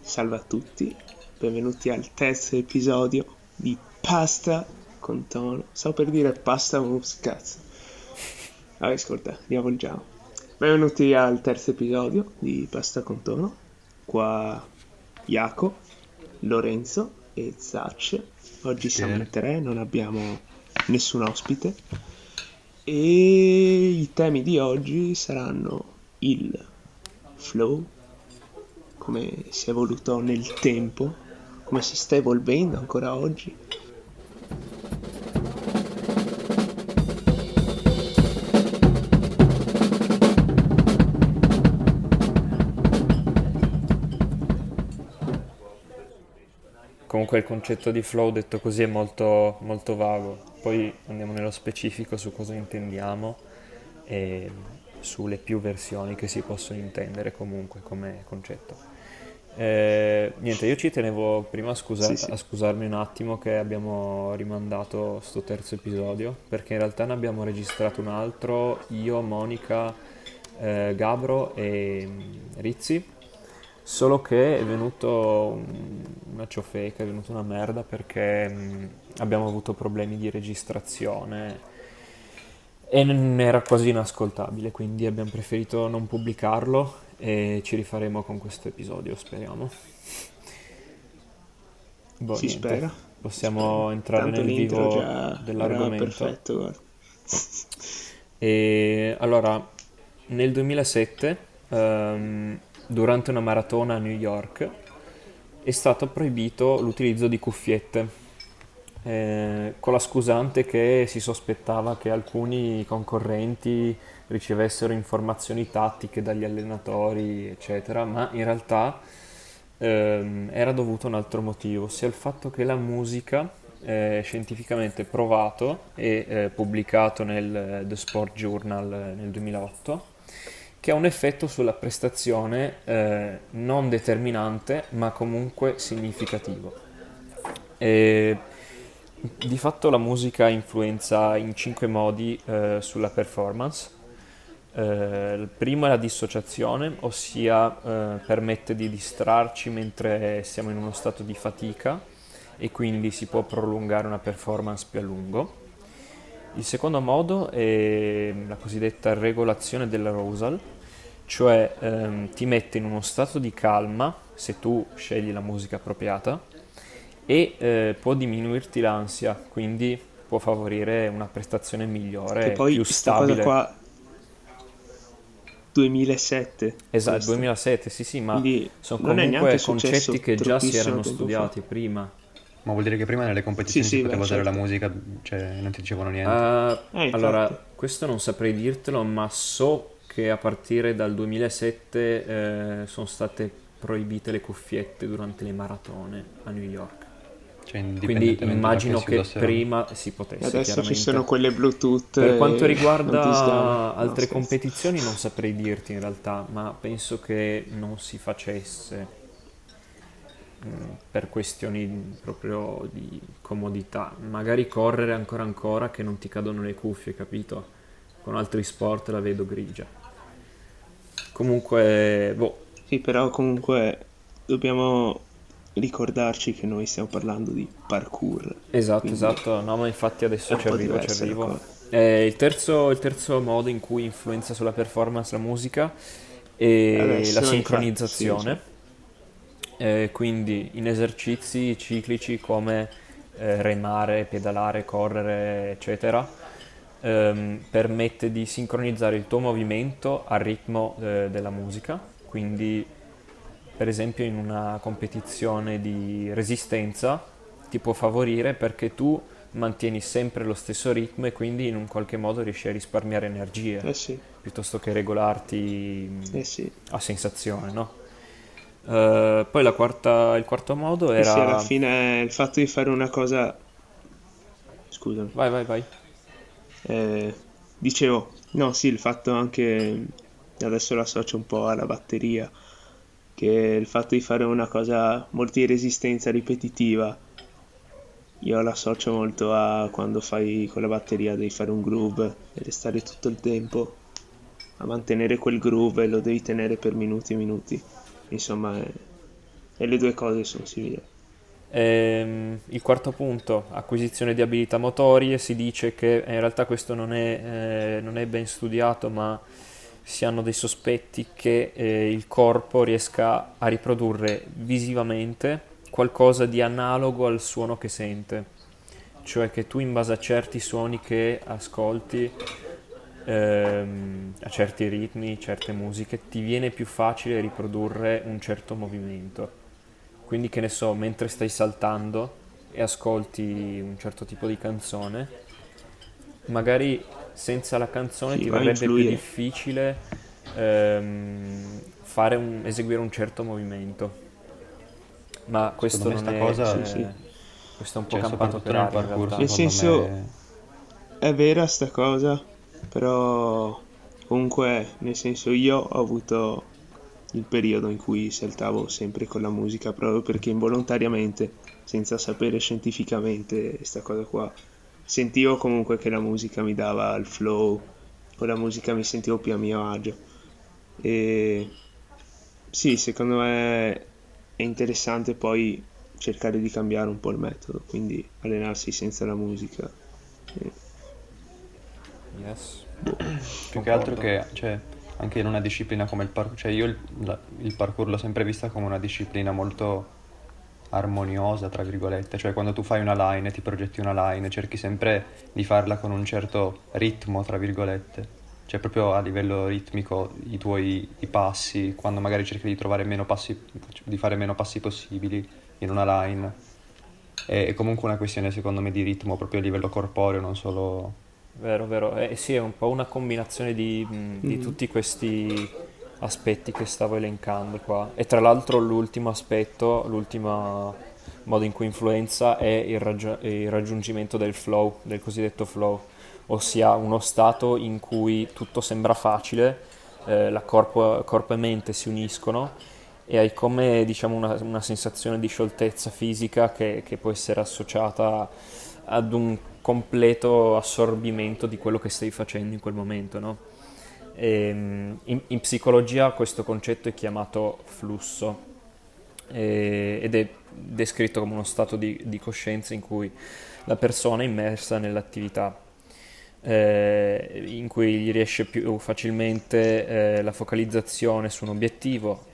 Salve a tutti, benvenuti al terzo episodio di Pasta con Tono. Stavo per dire pasta moves, cazzo. Vabbè, ascolta, riavvolgiamo. Benvenuti al terzo episodio di Pasta con Tono. Qua Jaco, Lorenzo e Zacce. Oggi siamo in tre, non abbiamo nessun ospite. E i temi di oggi saranno il flow, come si è evoluto nel tempo, come si sta evolvendo ancora oggi. Comunque il concetto di flow detto così è molto, molto vago, poi andiamo nello specifico su cosa intendiamo e sulle più versioni che si possono intendere comunque come concetto. Niente, io ci tenevo prima Sì, a sì. scusarmi un attimo che abbiamo rimandato sto terzo episodio, perché in realtà ne abbiamo registrato un altro, io, Monica, Gabro e Rizzi. Solo che è venuto una ciofeca, è venuta una merda perché abbiamo avuto problemi di registrazione e non era quasi inascoltabile, quindi abbiamo preferito non pubblicarlo e ci rifaremo con questo episodio, speriamo. Boh, Si niente, spera, si spera. possiamo entrare Tanto nel l'intro vivo già era dell'argomento. perfetto, guarda. E allora, nel 2007, durante una maratona a New York, è stato proibito l'utilizzo di cuffiette, con la scusante che si sospettava che alcuni concorrenti ricevessero informazioni tattiche dagli allenatori, eccetera, ma in realtà era dovuto a un altro motivo, ossia il fatto che la musica è scientificamente provato e pubblicato nel The Sport Journal nel 2008 che ha un effetto sulla prestazione non determinante ma comunque significativo. E di fatto la musica influenza in cinque modi sulla performance. Il primo è la dissociazione, ossia permette di distrarci mentre siamo in uno stato di fatica e quindi si può prolungare una performance più a lungo. Il secondo modo è la cosiddetta regolazione dell'arousal, cioè ti mette in uno stato di calma se tu scegli la musica appropriata e può diminuirti l'ansia, quindi può favorire una prestazione Che migliore, poi più sta cosa stabile. qua 2007 Esatto, questo. 2007, sì, sì, ma Quindi sono non è neanche comunque concetti successo che già si troppissimo erano tempo fa. studiati prima. Ma vuol dire che prima nelle Sì, competizioni si sì, beh, poteva usare la certo. musica, cioè non ti dicevano niente. Infatti. Allora, questo non saprei dirtelo, ma so che a partire dal 2007 sono state proibite le cuffiette durante le maratone a New York. Cioè Quindi indipendentemente da che immagino si che usassero. prima si potesse, Adesso ci sono chiaramente. quelle Bluetooth Per quanto e non ti sgamano. riguarda No, altre scherzo. competizioni non saprei dirti in realtà, ma penso che non si facesse per questioni proprio di comodità. Magari correre ancora che non ti cadono le cuffie, capito? Con altri sport la vedo grigia. Comunque, boh, Sì, però comunque dobbiamo ricordarci che noi stiamo parlando di parkour, esatto, quindi esatto. No, ma infatti è adesso un po' ci diversa la arrivo. cosa. Il terzo modo in cui influenza sulla performance la musica è la Adesso infatti, sì, lo so. sincronizzazione. Quindi in esercizi ciclici come remare, pedalare, correre, eccetera, permette di sincronizzare il tuo movimento al ritmo della musica. Quindi, per esempio, in una competizione di resistenza ti può favorire perché tu mantieni sempre lo stesso ritmo e quindi in un qualche modo riesci a risparmiare energie Eh sì, piuttosto che regolarti eh sì. a sensazione, no? Poi il quarto modo Eh sì, alla era... fine il fatto di fare una cosa... Scusami. Vai, vai, vai. Eh, dicevo, no, sì, il fatto anche... Adesso lo associo un po' alla batteria, che il fatto di fare una cosa molto di resistenza ripetitiva, io l'associo molto a quando fai con la batteria, devi fare un groove e restare tutto il tempo a mantenere quel groove e lo devi tenere per minuti e minuti. Insomma, E le due cose sono simili. Il quarto punto, acquisizione di abilità motorie, si dice che in realtà questo non è ben studiato, ma si hanno dei sospetti che il corpo riesca a riprodurre visivamente qualcosa di analogo al suono che sente, cioè che tu in base a certi suoni che ascolti, a certi ritmi, certe musiche, ti viene più facile riprodurre un certo movimento. Quindi che ne so, mentre stai saltando e ascolti un certo tipo di canzone, magari senza la canzone Sì, ti va a verrebbe più influire. difficile eseguire un certo movimento. Ma Secondo questo me non sta è, cosa, Sì, sì. questo è un po' cioè campato soprattutto per nel aria in parkour, Nel realtà. secondo senso, me, è vera sta cosa, però comunque, nel senso, io ho avuto il periodo in cui saltavo sempre con la musica, proprio perché involontariamente, senza sapere scientificamente sta cosa qua, sentivo comunque che la musica mi dava il flow, con la musica mi sentivo più a mio agio. E sì, secondo me è interessante poi cercare di cambiare un po' il metodo, quindi allenarsi senza la musica. Eh, Yes, boh. più che altro concordo. che, cioè, anche in una disciplina come il parkour, cioè io il parkour l'ho sempre vista come una disciplina molto armoniosa, tra virgolette, cioè quando tu fai una line, ti progetti una line, cerchi sempre di farla con un certo ritmo, tra virgolette, cioè proprio a livello ritmico i tuoi i passi, quando magari cerchi di trovare meno passi, di fare meno passi possibili in una line, è comunque una questione secondo me di ritmo proprio a livello corporeo, non solo... Vero, vero. Sì, è un po' una combinazione di Mm. tutti questi aspetti che stavo elencando qua. E tra l'altro l'ultimo aspetto, l'ultimo modo in cui influenza è il raggiungimento del flow, del cosiddetto flow, ossia uno stato in cui tutto sembra facile, corpo e mente si uniscono e hai come diciamo una sensazione di scioltezza fisica che può essere associata ad un completo assorbimento di quello che stai facendo in quel momento, no? In psicologia questo concetto è chiamato flusso ed è descritto come uno stato di coscienza in cui la persona è immersa nell'attività, in cui gli riesce più facilmente la focalizzazione su un obiettivo,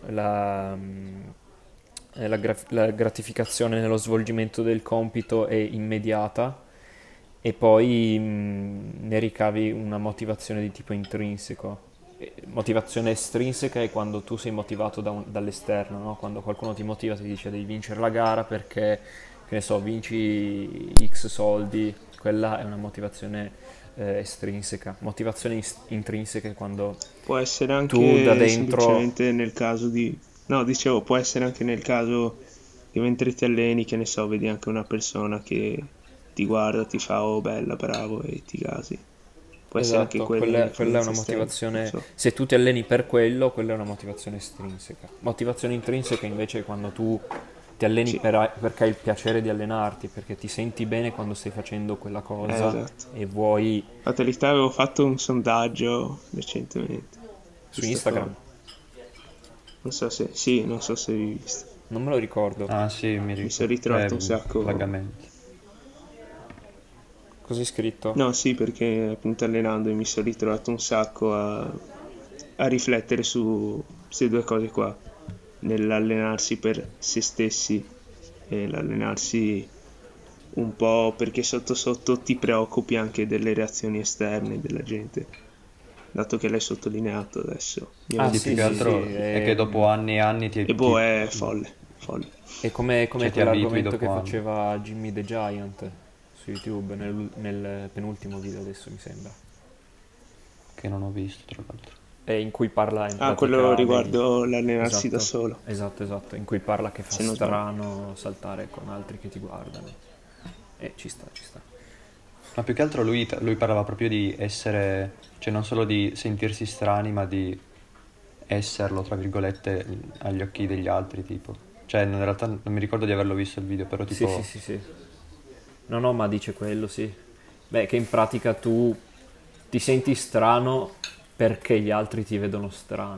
la gratificazione nello svolgimento del compito è immediata e poi ne ricavi una motivazione di tipo intrinseco. Motivazione estrinseca è quando tu sei motivato dall'esterno, no? Quando qualcuno ti motiva, ti dice devi vincere la gara perché, che ne so, vinci X soldi, quella è una motivazione estrinseca. Motivazione intrinseca è quando Può essere tu da anche dentro. semplicemente nel caso di... No, dicevo, può essere anche nel caso che mentre ti alleni, che ne so, vedi anche una persona che ti guarda, ti fa oh bella, bravo e ti gasi. Può essere anche Esatto, quella quella è una un'influenza esterna, non motivazione, so. se tu ti alleni per quello, quella è una motivazione estrinseca. Motivazione intrinseca invece è quando tu ti alleni Sì, perché hai il piacere di allenarti, perché ti senti bene quando stai facendo quella cosa esatto. e vuoi Fatalità avevo fatto un sondaggio recentemente su su sta Instagram, cosa. Non so se... Sì, non so se hai visto. non me lo ricordo. Ah sì, mi Mi sono ricordo, cioè ritrovato un sacco... vagamente. Cos'hai scritto? No, sì, perché appunto allenando mi sono ritrovato un sacco a riflettere su queste due cose qua, nell'allenarsi per se stessi e l'allenarsi un po' perché sotto sotto ti preoccupi anche delle reazioni esterne della gente, dato che l'hai sottolineato adesso, mi Ah aveva Sì, detto più sì, che sì, di... altro sì, è che dopo anni e anni E boh, è folle, folle. è come cioè, ti abitui quell'argomento che dopo anni, faceva Jimmy the Giant su YouTube nel penultimo video adesso mi sembra. che non ho visto tra l'altro. E in cui parla in Ah, quello pratica dei... riguardo l'allenarsi da Esatto, solo, esatto, esatto, in cui parla che fa se non sbaglio. strano saltare con altri che ti guardano. E ci sta, ci sta. Ma più che altro lui parlava proprio di essere, cioè non solo di sentirsi strani, ma di esserlo, tra virgolette, agli occhi degli altri, tipo. Cioè, in realtà non mi ricordo di averlo visto il video, però Sì, sì, tipo, sì, sì. No, no, ma dice quello, sì. Beh, che in pratica tu ti senti strano perché gli altri ti vedono strano.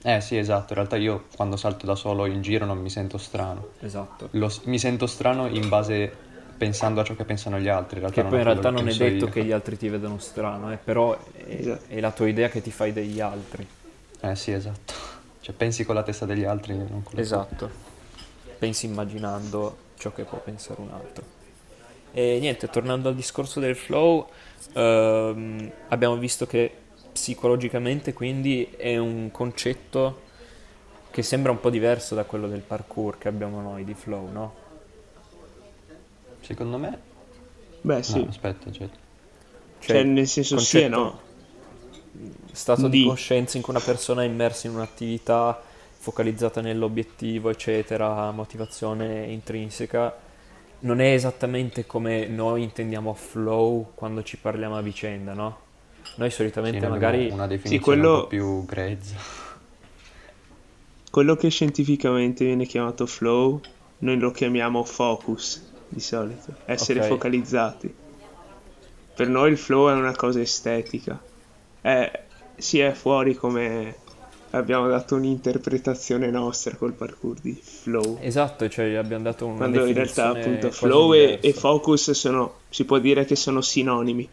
Sì, esatto, in realtà io quando salto da solo in giro non mi sento strano. Esatto. Mi sento strano in base pensando a ciò che pensano gli altri, in realtà Che non poi a in quello realtà che non è penso detto io. che gli altri ti vedano strano, però Esatto. è la tua idea che ti fai degli altri. Sì, esatto. Cioè pensi con la testa degli altri, non con la tua. Esatto. Pensi immaginando ciò che può pensare un altro. E niente, tornando al discorso del flow, abbiamo visto che psicologicamente quindi è un concetto che sembra un po' diverso da quello del parkour che abbiamo noi di flow, no? Secondo me... Beh, No, sì. aspetta, cioè... Cioè Cioè, il nel senso sì e concetto no. stato di Di. coscienza in cui una persona è immersa in un'attività focalizzata nell'obiettivo, eccetera, motivazione intrinseca, non è esattamente come noi intendiamo flow quando ci parliamo a vicenda, no? Noi Sì, solitamente noi abbiamo magari una Sì, definizione un po' quello, più grezza. quello che scientificamente viene chiamato flow, noi lo chiamiamo focus, di solito. ok, Essere focalizzati. Per noi il flow è una cosa estetica. Si è fuori come abbiamo dato un'interpretazione nostra col parkour di flow. esatto, cioè abbiamo dato una Quando in realtà appunto definizione quasi flow e diversa. focus si può dire che sono sinonimi.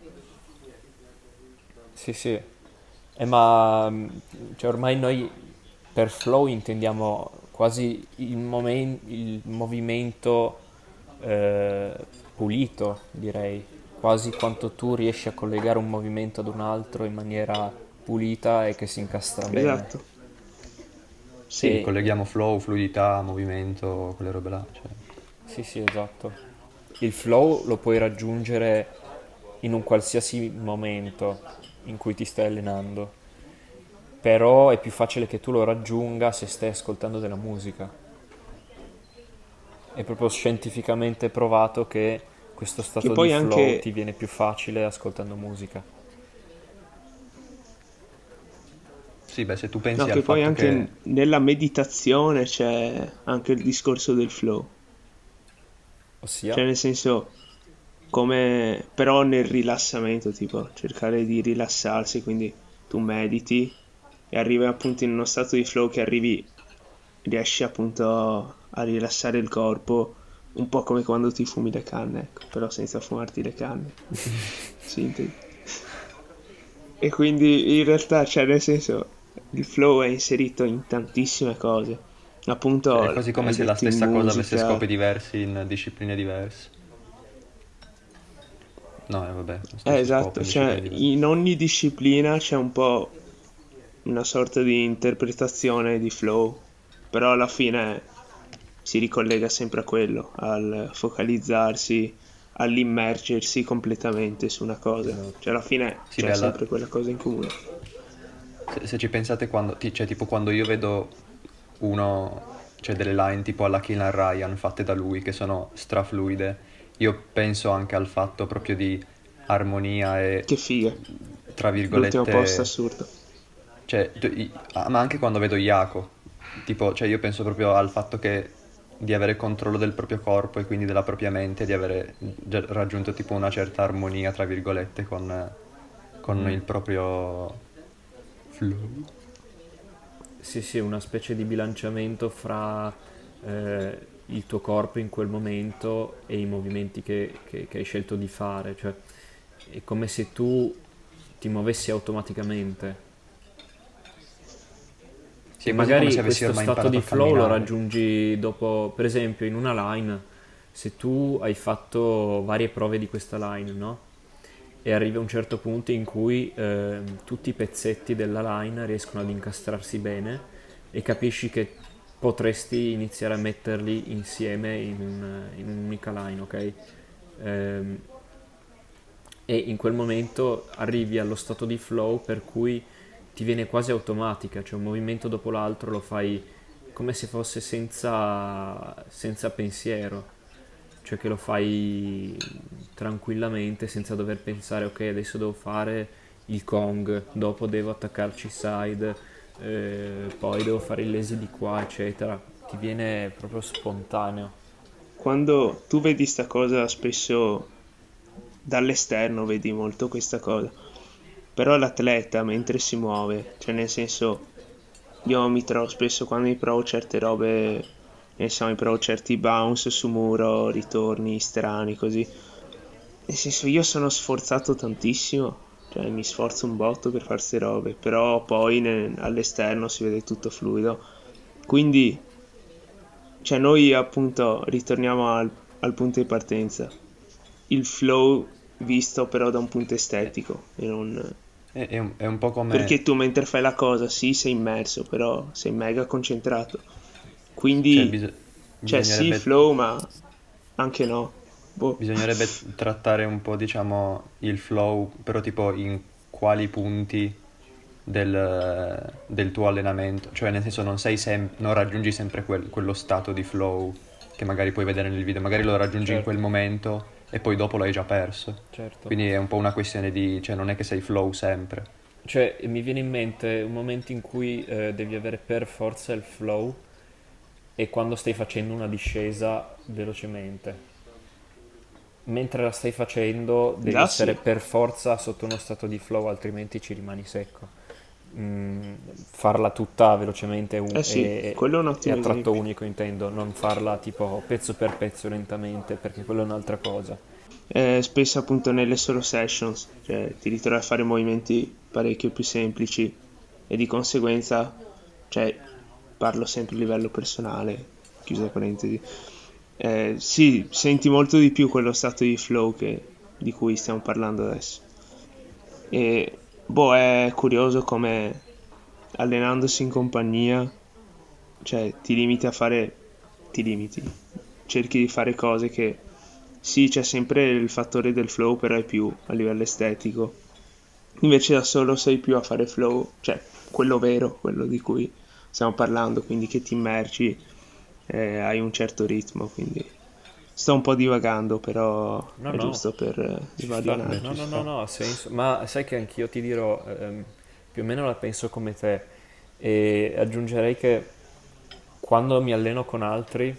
Sì, sì. Ma cioè, ormai noi per flow intendiamo quasi il movimento eh, pulito, direi, quasi quanto tu riesci a collegare un movimento ad un altro in maniera pulita e che si incastra bene. Esatto. Sì, E colleghiamo flow, fluidità, movimento, quelle robe là. Cioè. sì, sì, esatto. Il flow lo puoi raggiungere in un qualsiasi momento in cui ti stai allenando, però è più facile che tu lo raggiunga se stai ascoltando della musica. È proprio scientificamente provato che questo Che stato di poi flow ti anche, viene più facile ascoltando musica. Sì, beh, se tu no, pensi al che poi fatto che... anche nella meditazione c'è anche il discorso del flow. Ossia, Cioè nel senso, come però nel rilassamento, tipo cercare di rilassarsi, quindi tu mediti e arrivi appunto in uno stato di flow che riesci appunto a rilassare il corpo, un po' come quando ti fumi le canne, ecco, però senza fumarti le canne. Sintesi. E quindi in realtà, cioè nel senso, il flow è inserito in tantissime cose. Cioè, Appunto, è quasi come hai se la detto in stessa cosa avesse musica. scopi diversi in discipline diverse. No, vabbè, lo stesso scopo Esatto, in discipline cioè diverse. in ogni disciplina c'è un po' una sorta di interpretazione di flow, però alla fine si ricollega sempre a quello, al focalizzarsi, all'immergersi completamente su una cosa. esatto. Cioè alla fine Sì, c'è beh, sempre quella cosa in comune. se ci pensate quando... Cioè, tipo quando io vedo uno... Cioè, delle line tipo alla Killian Ryan fatte da lui che sono strafluide, io penso anche al fatto proprio di armonia e, Che figa, tra l'ultimo post virgolette... assurdo. Cioè, ma anche quando vedo Iaco, tipo, cioè io penso proprio al fatto che di avere controllo del proprio corpo e quindi della propria mente, di avere già raggiunto tipo una certa armonia, tra virgolette, con il proprio flow. Sì, sì, una specie di bilanciamento fra il tuo corpo in quel momento e i movimenti che hai scelto di fare, cioè è come se tu ti muovessi automaticamente. Sì, E è quasi come se magari avessi questo ormai stato imparato di a flow lo camminare. raggiungi dopo, per esempio, in una line, se tu hai fatto varie prove di questa line, no? E arrivi a un certo punto in cui tutti i pezzetti della line riescono ad incastrarsi bene e capisci che potresti iniziare a metterli insieme in un'unica line, ok? Ehm, e in quel momento arrivi allo stato di flow per cui ti viene quasi automatica, cioè un movimento dopo l'altro lo fai come se fosse senza pensiero, cioè che lo fai tranquillamente senza dover pensare ok adesso devo fare il Kong, dopo devo attaccarci side, poi devo fare il lazy di qua eccetera, ti viene proprio spontaneo. Quando tu vedi sta cosa spesso dall'esterno, vedi molto questa cosa, però l'atleta mentre si muove, cioè nel senso io mi trovo spesso quando mi provo certe robe, ne so, mi provo certi bounce su muro, ritorni strani così. Nel senso, io sono sforzato tantissimo, cioè mi sforzo un botto per fare queste robe, però poi all'esterno si vede tutto fluido. Quindi, cioè noi appunto ritorniamo al punto di partenza. Il flow visto però da un punto estetico e non... È un po' come... Perché tu mentre fai la cosa, sì, sei immerso, però sei mega concentrato. Cioè, Quindi, cioè sì, bisognerebbe, flow, ma anche no. Boh. bisognerebbe trattare un po', diciamo, il flow, però tipo in quali punti del tuo allenamento. Cioè, nel senso, non raggiungi sempre quello stato di flow che magari puoi vedere nel video. Magari lo raggiungi in quel Certo, momento e poi dopo l'hai già perso. certo. Quindi è un po' una questione di... Cioè, non è che sei flow sempre. Cioè, mi viene in mente un momento in cui devi avere per forza il flow e quando stai facendo una discesa velocemente. Mentre la stai facendo devi Là essere sì. per forza sotto uno stato di flow, altrimenti ci rimani secco. Farla tutta velocemente Eh sì, quello è un e a ottimo tratto esempio. unico intendo, non farla tipo pezzo per pezzo lentamente, perché quello è un'altra cosa. Spesso appunto nelle solo sessions, cioè ti ritrovi a fare movimenti parecchio più semplici e di conseguenza, cioè parlo sempre a livello personale, chiusa parentesi, sì, senti molto di più quello stato di flow di cui stiamo parlando adesso. E boh, è curioso come allenandosi in compagnia, cioè ti limiti, cerchi di fare cose che sì, c'è sempre il fattore del flow, però è più a livello estetico. Invece da solo sei più a fare flow, cioè quello vero, quello di cui stiamo parlando, quindi che ti immergi, hai un certo ritmo, quindi sto un po' divagando, però No, è no, giusto per ci sta. Beh, svagionare. No, ci no, no, sta. no, ha senso. Ma sai che anch'io ti dirò, più o meno la penso come te. E aggiungerei che quando mi alleno con altri,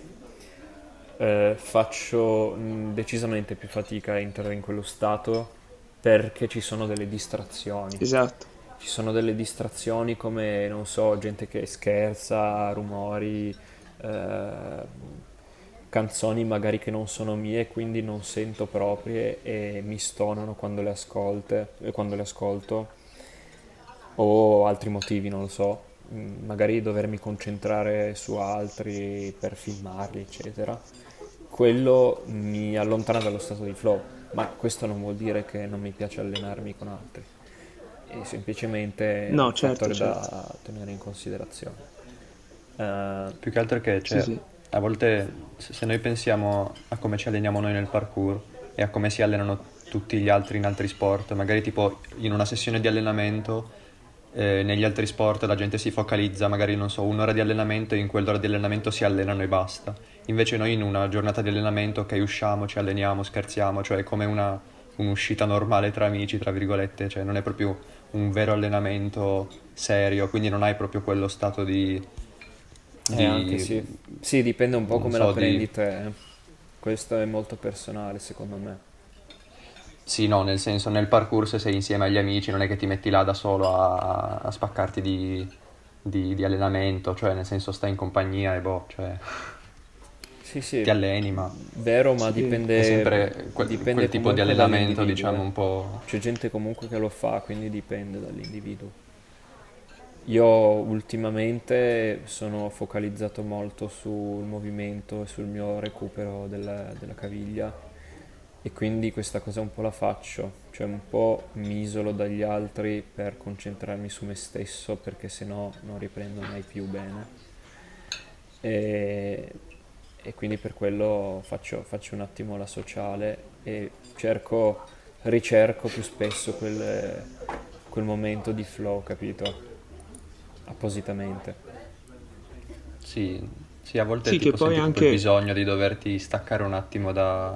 faccio decisamente più fatica a entrare in quello stato perché ci sono delle distrazioni. Esatto. Ci sono delle distrazioni come, non so, gente che scherza, rumori, eh, canzoni magari che non sono mie, quindi non sento proprie e mi stonano quando le ascolto, o altri motivi, non lo so. Magari dovermi concentrare su altri per filmarli, eccetera. Quello mi allontana dallo stato di flow, ma questo non vuol dire che non mi piace allenarmi con altri, è semplicemente un No, certo, fattore certo. da tenere in considerazione. Eh, Più che altro che, Sì, cioè, sì. a volte se noi pensiamo a come ci alleniamo noi nel parkour e a come si allenano tutti gli altri in altri sport, magari tipo in una sessione di allenamento, negli altri sport la gente si focalizza, magari non so, un'ora di allenamento e in quell'ora di allenamento si allenano e basta. Invece noi in una giornata di allenamento, ok, usciamo, ci alleniamo, scherziamo, cioè è come un'uscita normale tra amici, tra virgolette, cioè non è proprio un vero allenamento serio, quindi non hai proprio quello stato anche di sì. Sì, dipende un po' non come la so, di... prendi te. Questo è molto personale, secondo me. Sì, no, nel senso, nel parkour se sei insieme agli amici non è che ti metti là da solo a spaccarti di allenamento, cioè nel senso stai in compagnia e boh, cioè Sì, sì, ti alleni, ma vero, ma Sì. è dipende, sempre dipende quel tipo di comunque allenamento, dall'individuo, diciamo, eh. un po'... C'è gente comunque che lo fa, quindi dipende dall'individuo. Io ultimamente sono focalizzato molto sul movimento e sul mio recupero della caviglia e quindi questa cosa un po' la faccio, cioè un po' mi isolo dagli altri per concentrarmi su me stesso perché sennò non riprendo mai più bene. E, e quindi per quello faccio un attimo la sociale e ricerco più spesso quel momento di flow, capito? Appositamente. Sì, sì, a volte Sì, che tipo poi senti proprio il anche bisogno di doverti staccare un attimo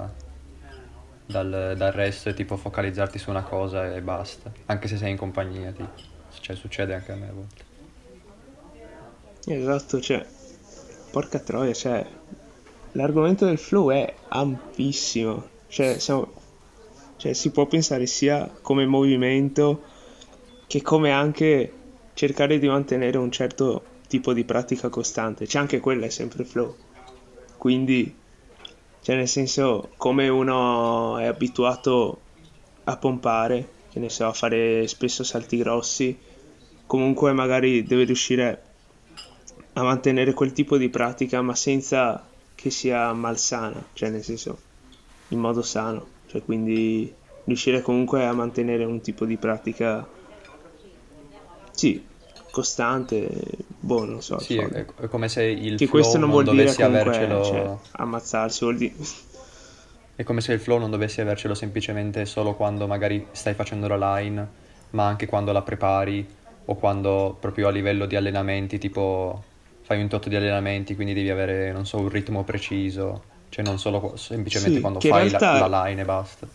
dal resto e tipo focalizzarti su una cosa e basta, anche se sei in compagnia, tipo. Cioè succede anche a me a volte. esatto, cioè, porca troia, cioè, l'argomento del flow è ampissimo, cioè, si può pensare sia come movimento che come anche cercare di mantenere un certo tipo di pratica costante, c'è anche quella, è sempre flow. Quindi, cioè nel senso, come uno è abituato a pompare, che ne so, a fare spesso salti grossi, comunque magari deve riuscire a mantenere quel tipo di pratica, ma senza che sia malsana, cioè nel senso, in modo sano, cioè quindi riuscire comunque a mantenere un tipo di pratica, sì, costante, boh, non so, Sì, folle. è come se il Che questo flow non non vuol dire dovessi comunque, cioè, avercelo. ammazzarsi, vuol dire... È come se il flow non dovessi avercelo semplicemente solo quando magari stai facendo la line, ma anche quando la prepari o quando proprio a livello di allenamenti, tipo fai un tot di allenamenti, quindi devi avere, non so, un ritmo preciso, cioè non solo semplicemente Sì, quando che in fai realtà, la line e basta.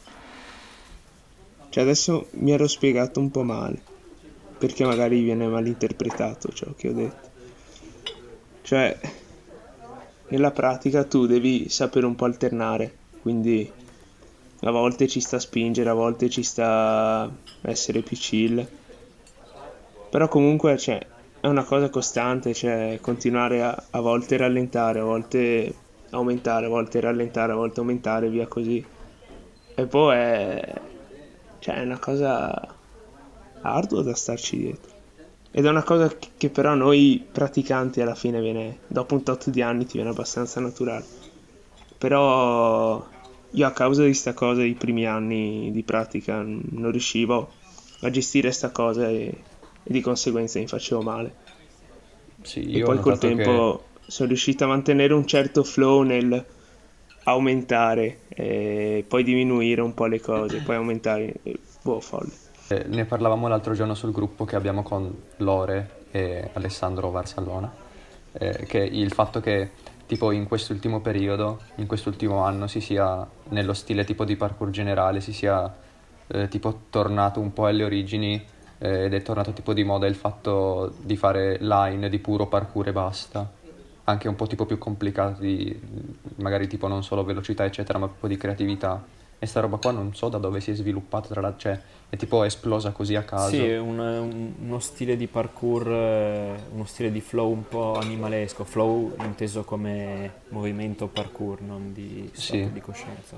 cioè adesso mi ero spiegato un po' male, perché magari viene malinterpretato ciò che ho detto. Cioè, nella pratica tu devi sapere un po' alternare, quindi a volte ci sta a spingere, a volte ci sta a essere più chill, però comunque cioè, è una cosa costante, cioè continuare a volte rallentare, a volte aumentare, a volte rallentare, a volte aumentare, via così. E poi cioè, è una cosa ardua da starci dietro. Ed è una cosa che però a noi praticanti alla fine viene, dopo un tot di anni ti viene abbastanza naturale. Però io a causa di sta cosa, i primi anni di pratica non riuscivo a gestire sta cosa e di conseguenza mi facevo male. Sì, E io ho poi col notato che. tempo sono riuscito a mantenere un certo flow nel aumentare e poi diminuire un po' le cose, poi aumentare, boh, folle. Ne parlavamo l'altro giorno sul gruppo che abbiamo con Lore e Alessandro Varsallona, che il fatto che tipo in quest'ultimo periodo, in quest'ultimo anno si sia, nello stile tipo di parkour generale, si sia tipo tornato un po' alle origini ed è tornato tipo di moda il fatto di fare line di puro parkour e basta, anche un po' tipo più complicati, magari tipo non solo velocità eccetera, ma proprio di creatività. E sta roba qua non so da dove si è sviluppata, tra l'altro, cioè è tipo esplosa così a Sì, è caso. uno stile di parkour, uno stile di flow un po' animalesco, flow inteso come movimento parkour, non di stato Sì, di coscienza.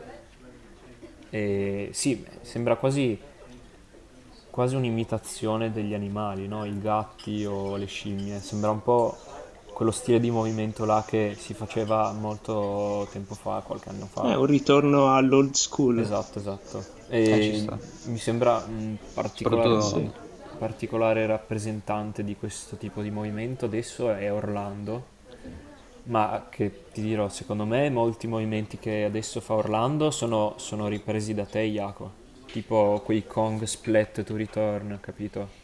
E sì, sembra quasi un'imitazione degli animali, no? I gatti o le scimmie, sembra un po' quello stile di movimento là che si faceva molto tempo fa, qualche anno È fa. un ritorno all'old school. Esatto, esatto. ci E sta. mi sembra un Soprattutto, Sì. particolare rappresentante di questo tipo di movimento adesso è Orlando, ma che ti dirò, secondo me molti movimenti che adesso fa Orlando sono ripresi da te, Jaco. Tipo quei Kong split to return, capito?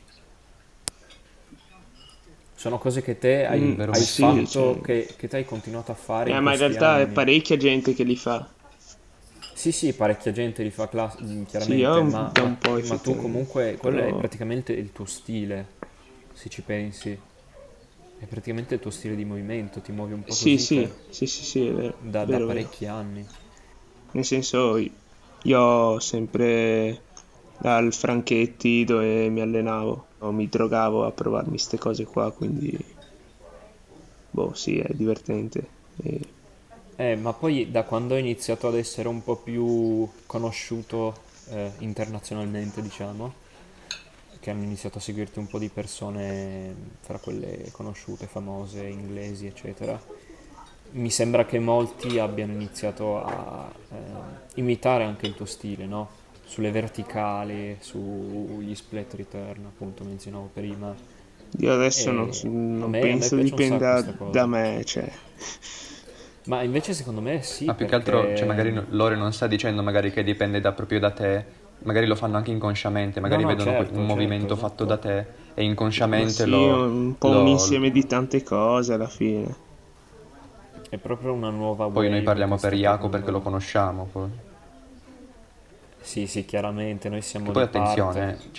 Sono cose che te vero hai Sì, Messi. cioè... fatto, che te hai continuato a fare in ma in questi realtà è anni. parecchia gente che li fa. Sì, sì, parecchia gente li fa Sì, io chiaramente, da un po' ma tu effettivamente. comunque, quello è Però... praticamente il tuo stile, se ci pensi. È praticamente il tuo stile di movimento, ti muovi un po' Sì, così sì, te, sì, sì, sì, è vero, da vero, vero. parecchi anni. Nel senso, io ho sempre dal Franchetti dove mi allenavo, o mi drogavo a provarmi queste cose qua, quindi, boh, sì, è divertente. E Ma poi da quando hai iniziato ad essere un po' più conosciuto internazionalmente, diciamo, che hanno iniziato a seguirti un po' di persone fra quelle conosciute, famose, inglesi, eccetera, mi sembra che molti abbiano iniziato a imitare anche il tuo stile, no? Sulle verticali, sugli split return, appunto, menzionavo prima. io adesso E non a me penso piace un sacco dipenda sta da cosa. me, cioè, Ma invece secondo me sì, Ma più che altro, cioè perché... magari Lore non sta dicendo magari che dipende proprio da te, magari lo fanno anche inconsciamente, No, magari no, vedono un certo, certo, movimento fatto da esatto. te e ma inconsciamente sì, è un po' un lo- insieme di tante cose alla fine. È proprio una nuova poi noi wave che parliamo per sta Jaco perché lo prendendo... conosciamo poi. Sì, sì, chiaramente, noi Che siamo poi di parte. attenzione,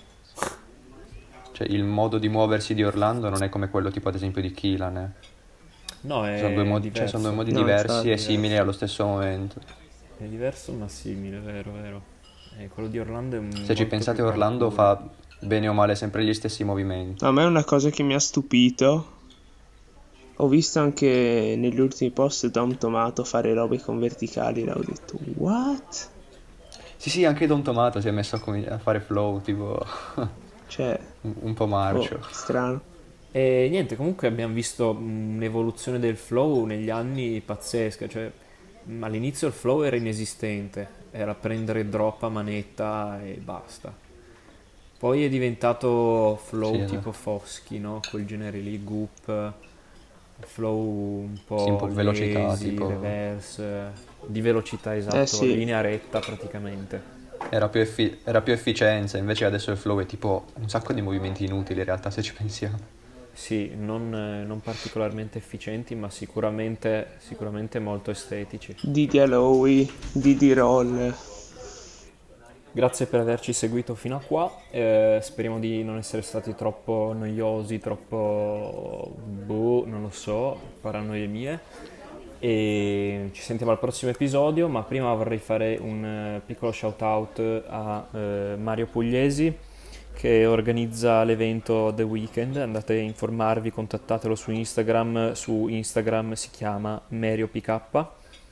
cioè il modo di muoversi di Orlando non è come quello tipo ad esempio di Keelan, eh. No, Sono due è modi, cioè sono due diverso, modi No, diversi è e infatti. simili diverso. allo stesso momento. È diverso ma simile, vero, vero. Quello di Orlando è Se ci molto pensate più Orlando parkour. bene o male sempre gli stessi movimenti. A me è una cosa che mi ha stupito. Ho visto anche negli ultimi post Dom Tomato fare robe con verticali. E ho detto, what? Sì, sì, anche Don Tomato si è messo a fare flow, tipo Cioè, un po' marcio. strano. E niente, comunque abbiamo visto un'evoluzione del flow negli anni pazzesca, cioè all'inizio il flow era inesistente, era prendere drop a manetta e basta. Poi è diventato Sì, flow esatto. tipo Foschi, no? Quel genere lì, Goop, flow un Sì, un po' po' velocità, lazy, tipo reverse, di velocità Eh esatto, sì, linea retta praticamente. era più efficienza, invece adesso il flow è tipo un sacco di movimenti inutili in realtà se ci pensiamo. Sì, non particolarmente efficienti, ma sicuramente molto estetici. Didi Aloy, Didi Roll. Grazie per averci seguito fino a qua, speriamo di non essere stati troppo noiosi, troppo boh, non lo so, paranoie mie. E ci sentiamo al prossimo episodio, ma prima vorrei fare un piccolo shout out a Mario Pugliesi che organizza l'evento The Weekend. Andate a informarvi, contattatelo su Instagram si chiama MerioPK.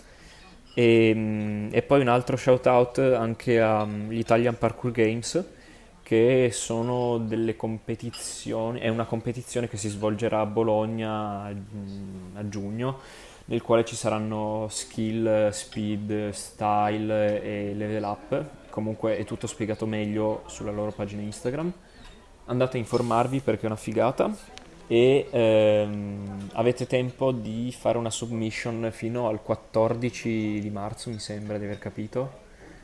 E poi un altro shout out anche agli Italian Parkour Games, che sono delle competizioni, è una competizione che si svolgerà a Bologna a giugno, nel quale ci saranno skill, speed, style e level up. Comunque è tutto spiegato meglio sulla loro pagina Instagram. Andate a informarvi perché è una figata e avete tempo di fare una submission fino al 14 di marzo, mi sembra di aver capito.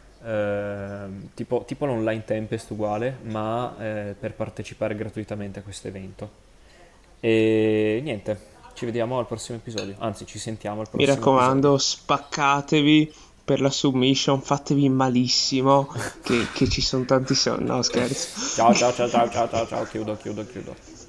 Tipo l'online tempest uguale, ma per partecipare gratuitamente a questo evento. E niente, ci vediamo al prossimo episodio, anzi ci sentiamo al Mi prossimo episodio. raccomando, spaccatevi per la submission, fatevi malissimo, che ci sono tanti soldi. No, scherzo. Ciao ciao ciao ciao ciao ciao ciao, chiudo.